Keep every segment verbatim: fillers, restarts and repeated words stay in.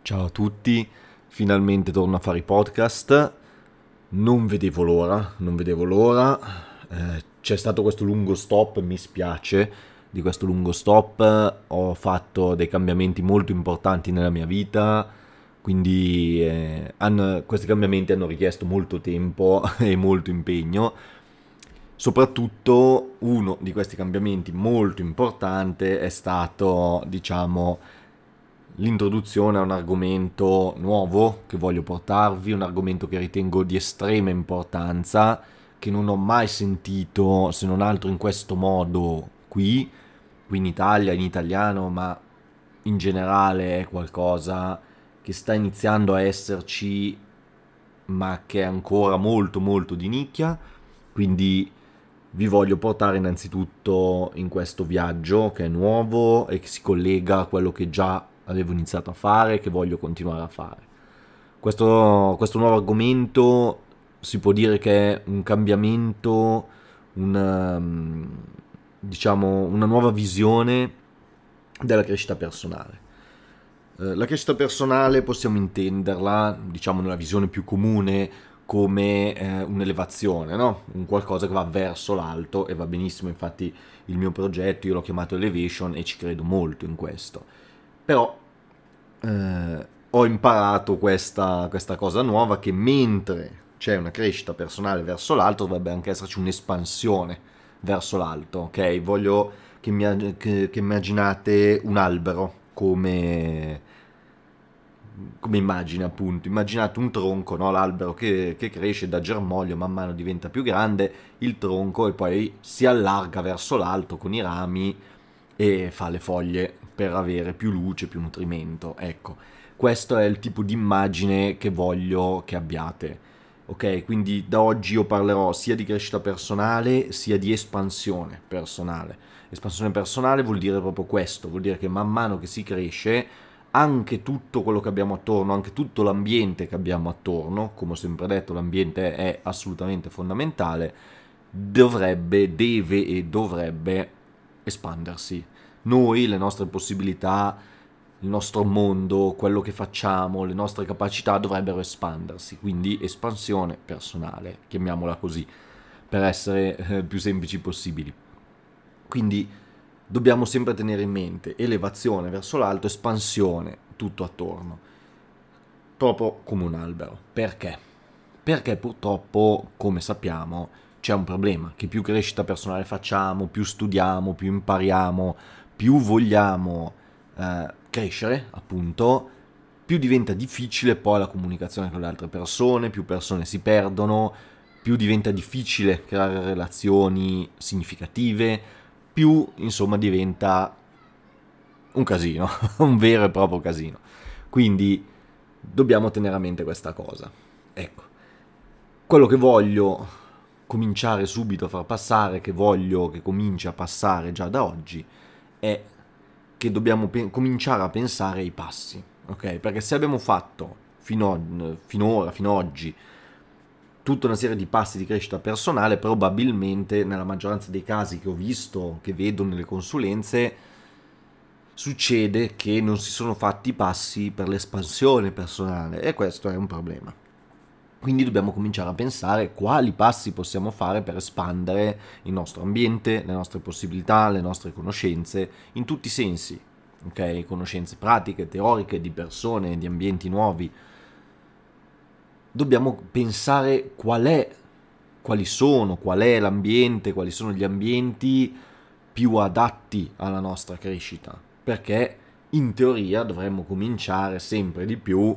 Ciao a tutti, finalmente torno a fare i podcast. Non vedevo l'ora, non vedevo l'ora. Eh, c'è stato questo lungo stop, mi spiace di questo lungo stop. Ho fatto dei cambiamenti molto importanti nella mia vita, quindi eh, hanno- questi cambiamenti hanno richiesto molto tempo e molto impegno. Soprattutto uno di questi cambiamenti molto importante è stato, diciamo, l'introduzione a un argomento nuovo che voglio portarvi, un argomento che ritengo di estrema importanza, che non ho mai sentito se non altro in questo modo qui, qui in Italia, in italiano, ma in generale è qualcosa che sta iniziando a esserci, ma che è ancora molto molto di nicchia, quindi vi voglio portare innanzitutto in questo viaggio che è nuovo e che si collega a quello che già avevo iniziato a fare e che voglio continuare a fare. Questo, questo nuovo argomento si può dire che è un cambiamento, una, diciamo, una nuova visione della crescita personale. Eh, La crescita personale possiamo intenderla, diciamo, nella visione più comune come eh, un'elevazione, no? Un qualcosa che va verso l'alto e va benissimo, infatti il mio progetto io l'ho chiamato Elevation e ci credo molto in questo. Però eh, ho imparato questa, questa cosa nuova che mentre c'è una crescita personale verso l'alto dovrebbe anche esserci un'espansione verso l'alto, ok? Voglio che, mi, che, che immaginate un albero come, come immagine, appunto. Immaginate un tronco, no? L'albero che, che cresce da germoglio, man mano diventa più grande il tronco e poi si allarga verso l'alto con i rami e fa le foglie per avere più luce, più nutrimento. Ecco, questo è il tipo di immagine che voglio che abbiate. Ok, quindi da oggi io parlerò sia di crescita personale sia di espansione personale. Espansione personale vuol dire proprio questo, vuol dire che man mano che si cresce, anche tutto quello che abbiamo attorno, anche tutto l'ambiente che abbiamo attorno, come ho sempre detto, l'ambiente è assolutamente fondamentale, dovrebbe, deve e dovrebbe espandersi. Noi, le nostre possibilità, il nostro mondo, quello che facciamo, le nostre capacità dovrebbero espandersi, quindi espansione personale, chiamiamola così, per essere eh, più semplici possibili. Quindi dobbiamo sempre tenere in mente elevazione verso l'alto, espansione tutto attorno, proprio come un albero. Perché? Perché purtroppo, come sappiamo, c'è un problema, che più crescita personale facciamo, più studiamo, più impariamo, più vogliamo eh, crescere, appunto, più diventa difficile poi la comunicazione con le altre persone, più persone si perdono, più diventa difficile creare relazioni significative, più insomma diventa un casino, un vero e proprio casino. Quindi dobbiamo tenere a mente questa cosa. Ecco, quello che voglio cominciare subito a far passare, che voglio che cominci a passare già da oggi, è che dobbiamo pe- cominciare a pensare ai passi, ok? Perché se abbiamo fatto fino, finora, fino ad oggi, tutta una serie di passi di crescita personale, probabilmente nella maggioranza dei casi che ho visto, che vedo nelle consulenze, succede che non si sono fatti passi per l'espansione personale e questo è un problema. Quindi dobbiamo cominciare a pensare quali passi possiamo fare per espandere il nostro ambiente, le nostre possibilità, le nostre conoscenze in tutti i sensi, ok? Conoscenze pratiche, teoriche, di persone, di ambienti nuovi. Dobbiamo pensare qual è, quali sono, qual è l'ambiente, quali sono gli ambienti più adatti alla nostra crescita, perché in teoria dovremmo cominciare sempre di più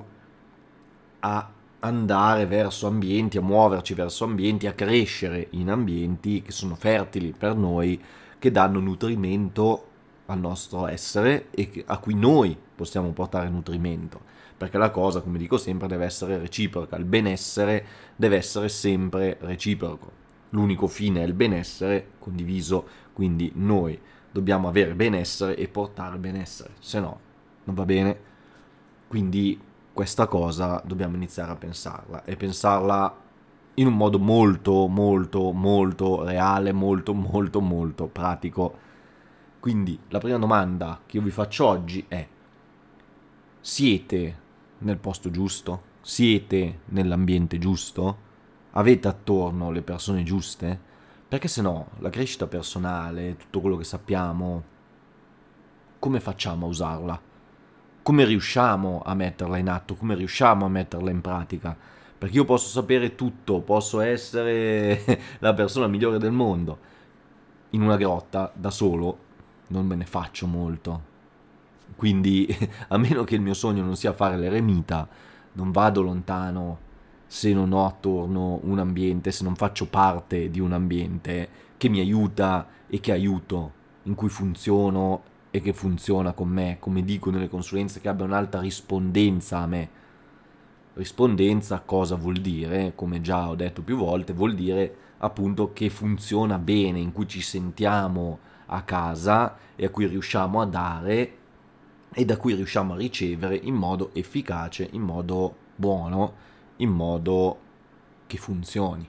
a andare verso ambienti, a muoverci verso ambienti, a crescere in ambienti che sono fertili per noi, che danno nutrimento al nostro essere e a cui noi possiamo portare nutrimento. Perché la cosa, come dico sempre, deve essere reciproca. Il benessere deve essere sempre reciproco. L'unico fine è il benessere condiviso, quindi noi dobbiamo avere benessere e portare benessere, se no non va bene. Quindi questa cosa dobbiamo iniziare a pensarla e pensarla in un modo molto molto molto reale, molto molto molto pratico. Quindi la prima domanda che io vi faccio oggi è: siete nel posto giusto? Siete nell'ambiente giusto? Avete attorno le persone giuste? Perché se no, la crescita personale, tutto quello che sappiamo, come facciamo a usarla? Come riusciamo a metterla in atto? Come riusciamo a metterla in pratica? Perché io posso sapere tutto, posso essere la persona migliore del mondo. In una grotta, da solo, non me ne faccio molto. Quindi, a meno che il mio sogno non sia fare l'eremita, non vado lontano se non ho attorno un ambiente, se non faccio parte di un ambiente che mi aiuta e che aiuto, in cui funziono e che funziona con me, come dico nelle consulenze, che abbia un'alta rispondenza a me. Rispondenza cosa vuol dire? Come già ho detto più volte, vuol dire appunto che funziona bene, in cui ci sentiamo a casa e a cui riusciamo a dare e da cui riusciamo a ricevere in modo efficace, in modo buono, in modo che funzioni.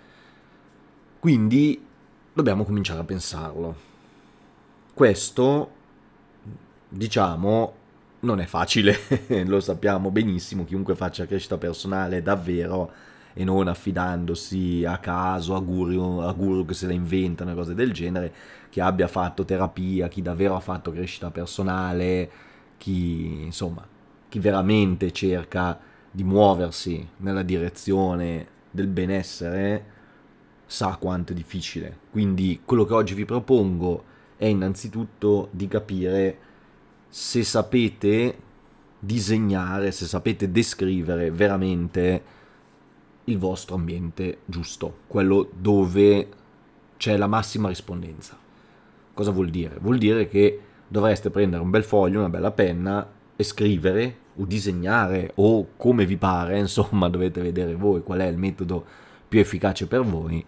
Quindi dobbiamo cominciare a pensarlo. Questo, diciamo, non è facile, lo sappiamo benissimo, chiunque faccia crescita personale davvero e non affidandosi a caso, a guru, a guru che se la inventano, cose del genere, chi abbia fatto terapia, chi davvero ha fatto crescita personale, chi insomma, chi veramente cerca di muoversi nella direzione del benessere, sa quanto è difficile. Quindi quello che oggi vi propongo è innanzitutto di capire se sapete disegnare, se sapete descrivere veramente il vostro ambiente giusto, quello dove c'è la massima rispondenza. Cosa vuol dire? Vuol dire che dovreste prendere un bel foglio, una bella penna e scrivere o disegnare o come vi pare, insomma dovete vedere voi qual è il metodo più efficace per voi.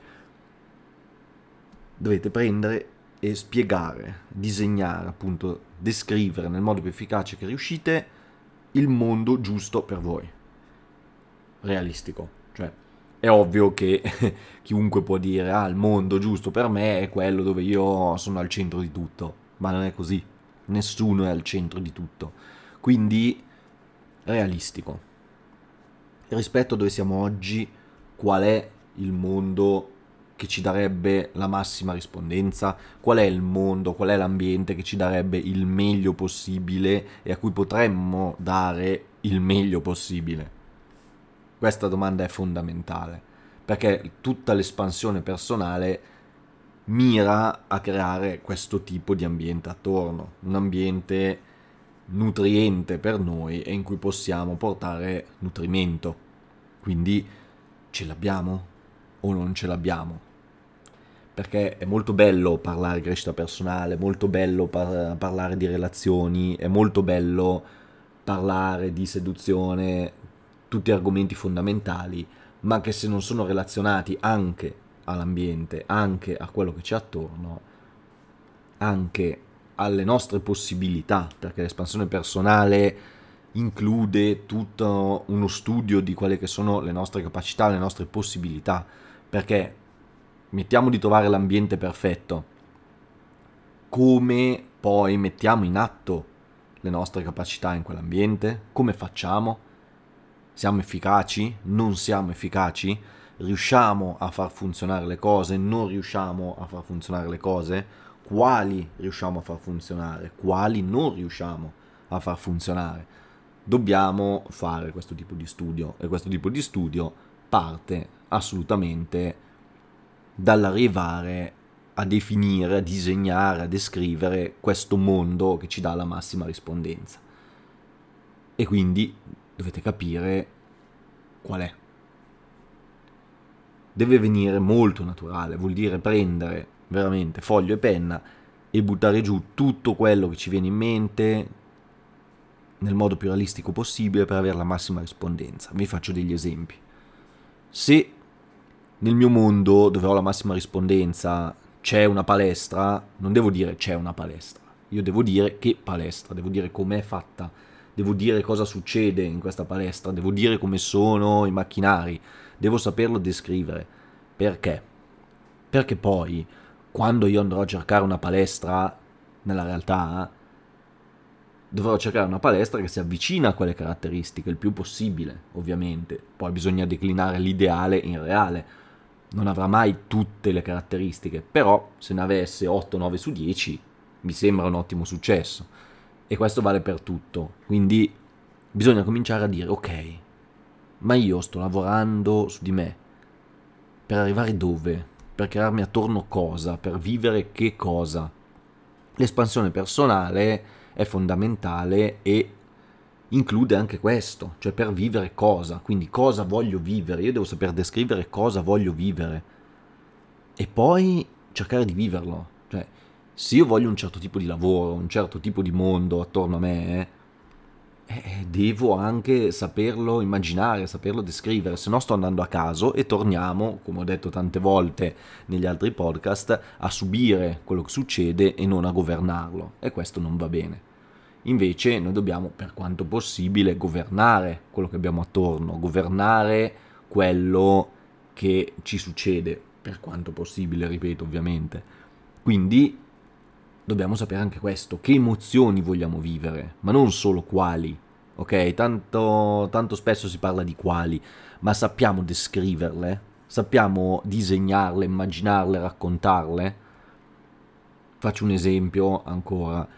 Dovete prendere e spiegare, disegnare, appunto, descrivere nel modo più efficace che riuscite il mondo giusto per voi. Realistico, cioè è ovvio che chiunque può dire ah, il mondo giusto per me è quello dove io sono al centro di tutto, ma non è così, nessuno è al centro di tutto, quindi realistico. Rispetto a dove siamo oggi, qual è il mondo che ci darebbe la massima rispondenza, qual è il mondo, qual è l'ambiente che ci darebbe il meglio possibile e a cui potremmo dare il meglio possibile? Questa domanda è fondamentale, perché tutta l'espansione personale mira a creare questo tipo di ambiente attorno, un ambiente nutriente per noi e in cui possiamo portare nutrimento. Quindi ce l'abbiamo o non ce l'abbiamo? Perché è molto bello parlare di crescita personale, è molto bello par- parlare di relazioni, è molto bello parlare di seduzione, tutti argomenti fondamentali, ma che se non sono relazionati anche all'ambiente, anche a quello che c'è attorno, anche alle nostre possibilità, perché l'espansione personale include tutto uno studio di quelle che sono le nostre capacità, le nostre possibilità, perché mettiamo di trovare l'ambiente perfetto, come poi mettiamo in atto le nostre capacità in quell'ambiente? Come facciamo? Siamo efficaci? Non siamo efficaci? Riusciamo a far funzionare le cose? Non riusciamo a far funzionare le cose? Quali riusciamo a far funzionare? Quali non riusciamo a far funzionare? Dobbiamo fare questo tipo di studio e questo tipo di studio parte assolutamente dall'arrivare a definire, a disegnare, a descrivere questo mondo che ci dà la massima rispondenza. E quindi dovete capire qual è. Deve venire molto naturale, vuol dire prendere veramente foglio e penna e buttare giù tutto quello che ci viene in mente nel modo più realistico possibile per avere la massima rispondenza. Vi faccio degli esempi. Se nel mio mondo, dove ho la massima rispondenza, c'è una palestra, non devo dire c'è una palestra, io devo dire che palestra, devo dire com'è fatta, devo dire cosa succede in questa palestra, devo dire come sono i macchinari, devo saperlo descrivere. Perché? Perché poi, quando io andrò a cercare una palestra, nella realtà, dovrò cercare una palestra che si avvicina a quelle caratteristiche il più possibile, ovviamente. Poi bisogna declinare l'ideale in reale. Non avrà mai tutte le caratteristiche, però se ne avesse otto nove su dieci mi sembra un ottimo successo. E questo vale per tutto. Quindi bisogna cominciare a dire, ok, ma io sto lavorando su di me. Per arrivare dove? Per crearmi attorno cosa? Per vivere che cosa? L'espansione personale è fondamentale e include anche questo, cioè per vivere cosa, quindi cosa voglio vivere, io devo saper descrivere cosa voglio vivere e poi cercare di viverlo, cioè se io voglio un certo tipo di lavoro, un certo tipo di mondo attorno a me, eh, devo anche saperlo immaginare, saperlo descrivere, se no sto andando a caso e torniamo, come ho detto tante volte negli altri podcast, a subire quello che succede e non a governarlo, e questo non va bene. Invece noi dobbiamo, per quanto possibile, governare quello che abbiamo attorno, governare quello che ci succede, per quanto possibile, ripeto, ovviamente. Quindi dobbiamo sapere anche questo, che emozioni vogliamo vivere, ma non solo quali, ok? Tanto, tanto spesso si parla di quali, ma sappiamo descriverle, sappiamo disegnarle, immaginarle, raccontarle. Faccio un esempio ancora.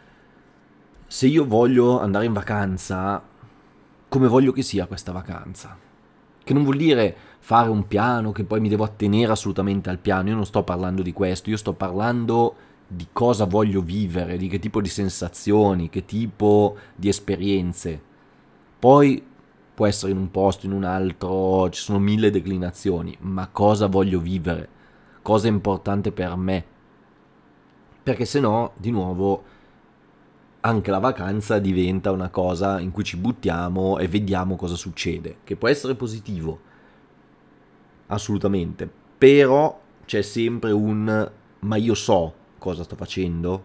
Se io voglio andare in vacanza, come voglio che sia questa vacanza? Che non vuol dire fare un piano che poi mi devo attenere assolutamente al piano, io non sto parlando di questo, io sto parlando di cosa voglio vivere, di che tipo di sensazioni, che tipo di esperienze. Poi può essere in un posto, in un altro, ci sono mille declinazioni, ma cosa voglio vivere? Cosa è importante per me? Perché se no, di nuovo, anche la vacanza diventa una cosa in cui ci buttiamo e vediamo cosa succede, che può essere positivo, assolutamente, però c'è sempre un ma io so cosa sto facendo,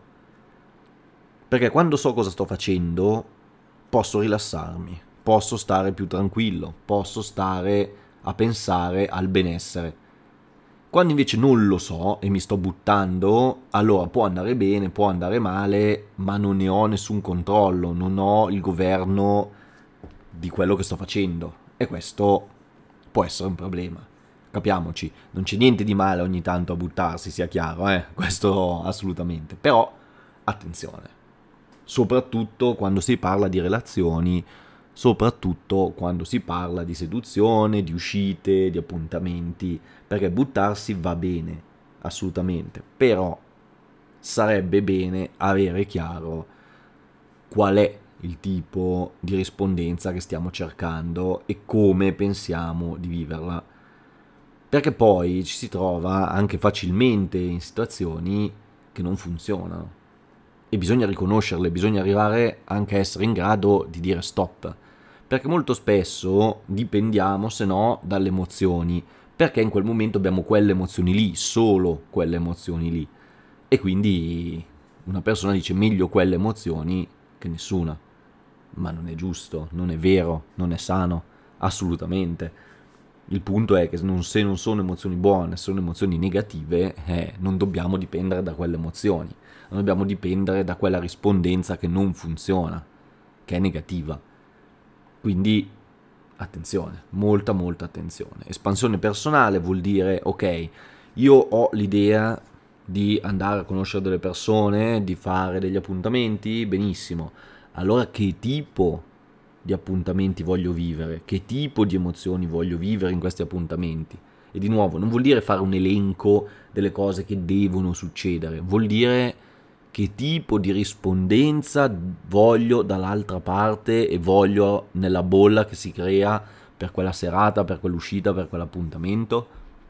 perché quando so cosa sto facendo posso rilassarmi, posso stare più tranquillo, posso stare a pensare al benessere. Quando invece non lo so e mi sto buttando, allora può andare bene, può andare male, ma non ne ho nessun controllo, non ho il governo di quello che sto facendo. E questo può essere un problema. Capiamoci, non c'è niente di male ogni tanto a buttarsi, sia chiaro, eh? Questo assolutamente. Però attenzione, soprattutto quando si parla di relazioni, soprattutto quando si parla di seduzione, di uscite, di appuntamenti, perché buttarsi va bene, assolutamente, però sarebbe bene avere chiaro qual è il tipo di rispondenza che stiamo cercando e come pensiamo di viverla, perché poi ci si trova anche facilmente in situazioni che non funzionano. E bisogna riconoscerle, bisogna arrivare anche a essere in grado di dire stop, perché molto spesso dipendiamo, se no, dalle emozioni, perché in quel momento abbiamo quelle emozioni lì, solo quelle emozioni lì, e quindi una persona dice meglio quelle emozioni che nessuna, ma non è giusto, non è vero, non è sano, assolutamente. Il punto è che non, se non sono emozioni buone, sono emozioni negative, eh, non dobbiamo dipendere da quelle emozioni, non dobbiamo dipendere da quella rispondenza che non funziona, che è negativa. Quindi attenzione, molta molta attenzione. Espansione personale vuol dire, ok, io ho l'idea di andare a conoscere delle persone, di fare degli appuntamenti, benissimo. Allora che tipo di appuntamenti voglio vivere, che tipo di emozioni voglio vivere in questi appuntamenti? E di nuovo, non vuol dire fare un elenco delle cose che devono succedere, vuol dire che tipo di rispondenza voglio dall'altra parte e voglio nella bolla che si crea per quella serata, per quell'uscita, per quell'appuntamento.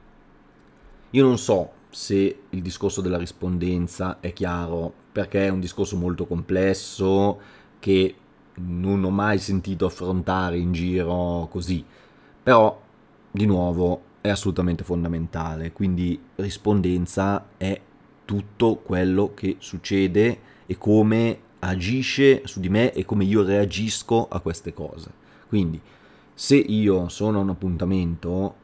Io non so se il discorso della rispondenza è chiaro, perché è un discorso molto complesso che non ho mai sentito affrontare in giro così, però di nuovo è assolutamente fondamentale, quindi rispondenza è tutto quello che succede e come agisce su di me e come io reagisco a queste cose. Quindi se io sono a un appuntamento,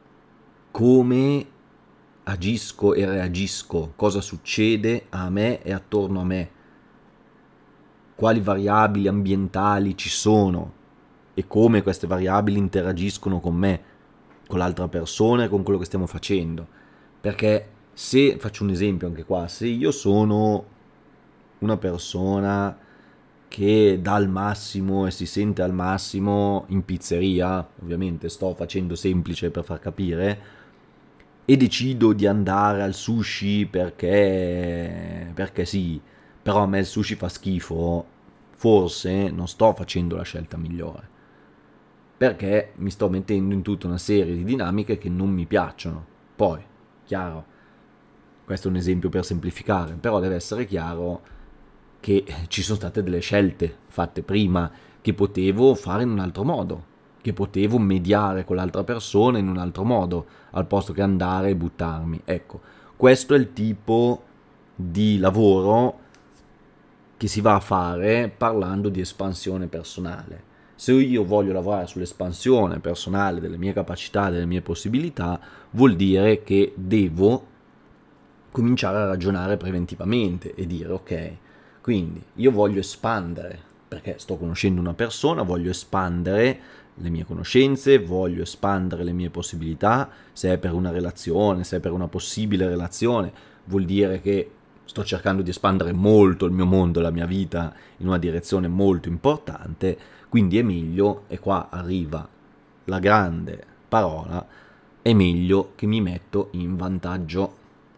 come agisco e reagisco, cosa succede a me e attorno a me. quali variabili ambientali ci sono e come queste variabili interagiscono con me, con l'altra persona e con quello che stiamo facendo. Perché se, faccio un esempio anche qua, se io sono una persona che dà al massimo e si sente al massimo in pizzeria, ovviamente sto facendo semplice per far capire, e decido di andare al sushi perché, perché sì, però a me il sushi fa schifo, forse non sto facendo la scelta migliore, perché mi sto mettendo in tutta una serie di dinamiche che non mi piacciono. Poi, chiaro, questo è un esempio per semplificare, però deve essere chiaro che ci sono state delle scelte fatte prima che potevo fare in un altro modo, che potevo mediare con l'altra persona in un altro modo, al posto che andare e buttarmi. Ecco, questo è il tipo di lavoro che si va a fare parlando di espansione personale. Se io voglio lavorare sull'espansione personale delle mie capacità, delle mie possibilità, vuol dire che devo cominciare a ragionare preventivamente e dire ok, quindi io voglio espandere, perché sto conoscendo una persona, voglio espandere le mie conoscenze, voglio espandere le mie possibilità, se è per una relazione, se è per una possibile relazione, vuol dire che sto cercando di espandere molto il mio mondo, la mia vita in una direzione molto importante, quindi è meglio, e qua arriva la grande parola, è meglio che mi metto in vantaggio.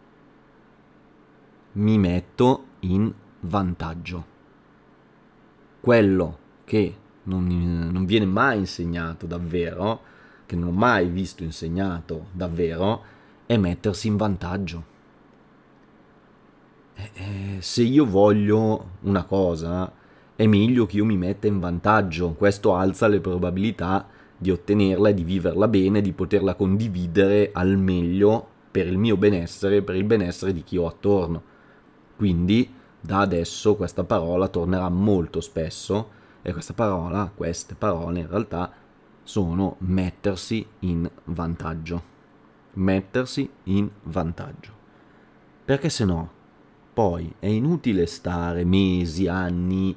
Mi metto in vantaggio. Quello che non, non viene mai insegnato davvero, che non ho mai visto insegnato davvero, è mettersi in vantaggio. Eh, se io voglio una cosa, è meglio che io mi metta in vantaggio. Questo alza le probabilità di ottenerla e di viverla bene, di poterla condividere al meglio per il mio benessere e per il benessere di chi ho attorno. Quindi da adesso questa parola tornerà molto spesso, e questa parola, queste parole in realtà sono mettersi in vantaggio. Mettersi in vantaggio. Perché se no, poi è inutile stare mesi, anni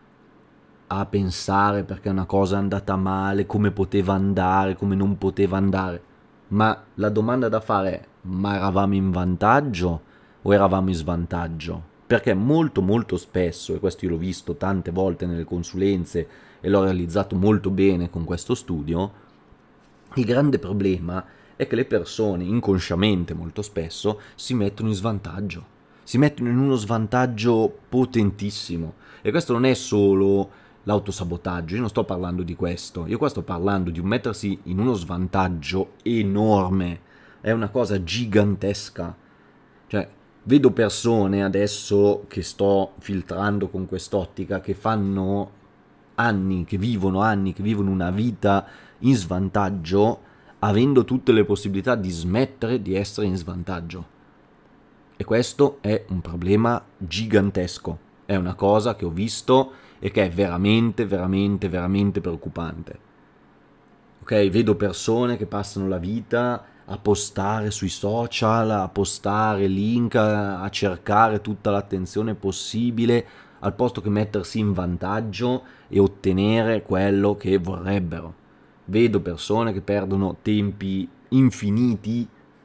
a pensare perché una cosa è andata male, come poteva andare, come non poteva andare. Ma la domanda da fare è: ma eravamo in vantaggio o eravamo in svantaggio? Perché molto molto spesso, e questo io l'ho visto tante volte nelle consulenze e l'ho realizzato molto bene con questo studio, il grande problema è che le persone inconsciamente molto spesso si mettono in svantaggio, si mettono in uno svantaggio potentissimo, e questo non è solo l'autosabotaggio, io non sto parlando di questo, io qua sto parlando di un mettersi in uno svantaggio enorme, è una cosa gigantesca. Cioè, vedo persone adesso che sto filtrando con quest'ottica che fanno anni, che vivono anni, che vivono una vita in svantaggio, avendo tutte le possibilità di smettere di essere in svantaggio. E questo è un problema gigantesco, è una cosa che ho visto e che è veramente, veramente, veramente preoccupante. Ok, vedo persone che passano la vita a postare sui social, a postare link, a cercare tutta l'attenzione possibile, al posto che mettersi in vantaggio e ottenere quello che vorrebbero. Vedo persone che perdono tempi infiniti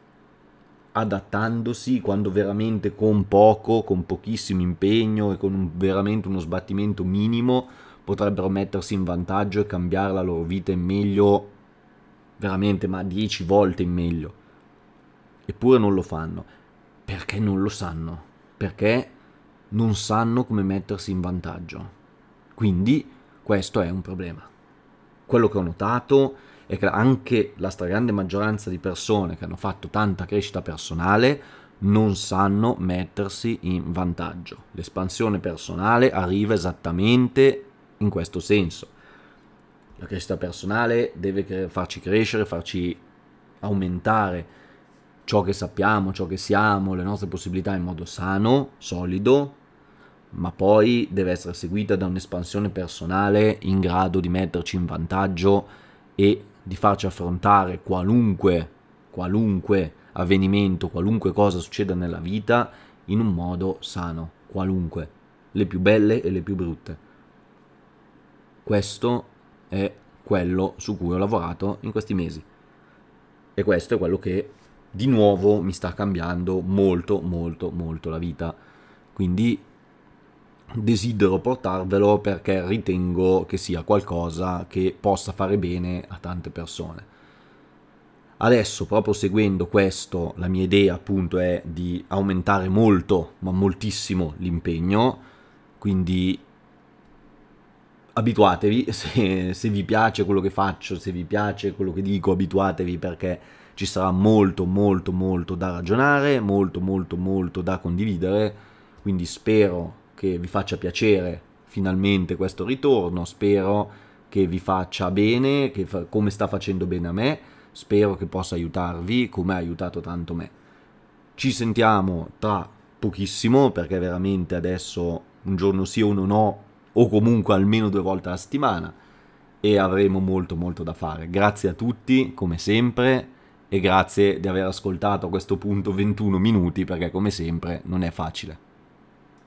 adattandosi, quando veramente con poco, con pochissimo impegno e con un, veramente uno sbattimento minimo potrebbero mettersi in vantaggio e cambiare la loro vita in meglio, veramente, ma dieci volte in meglio. Eppure non lo fanno. Perché non lo sanno? Perché non sanno come mettersi in vantaggio. Quindi questo è un problema. Quello che ho notato è che anche la stragrande maggioranza di persone che hanno fatto tanta crescita personale non sanno mettersi in vantaggio. L'espansione personale arriva esattamente in questo senso. La crescita personale deve farci crescere, farci aumentare ciò che sappiamo, ciò che siamo, le nostre possibilità in modo sano, solido, ma poi deve essere seguita da un'espansione personale in grado di metterci in vantaggio e di farci affrontare qualunque, qualunque avvenimento, qualunque cosa succeda nella vita in un modo sano, qualunque, le più belle e le più brutte. Questo è quello su cui ho lavorato in questi mesi. E questo è quello che di nuovo mi sta cambiando molto, molto, molto la vita. Quindi desidero portarvelo perché ritengo che sia qualcosa che possa fare bene a tante persone. Adesso, proprio seguendo questo, la mia idea appunto è di aumentare molto, ma moltissimo l'impegno, quindi abituatevi, se, se vi piace quello che faccio, se vi piace quello che dico, abituatevi perché ci sarà molto, molto, molto da ragionare, molto, molto, molto da condividere, quindi spero che vi faccia piacere finalmente questo ritorno, spero che vi faccia bene, che fa, come sta facendo bene a me, spero che possa aiutarvi come ha aiutato tanto me. Ci sentiamo tra pochissimo perché veramente adesso un giorno sì o uno no, o comunque almeno due volte alla settimana, e avremo molto molto da fare. Grazie a tutti come sempre e grazie di aver ascoltato a questo punto ventuno minuti perché come sempre non è facile.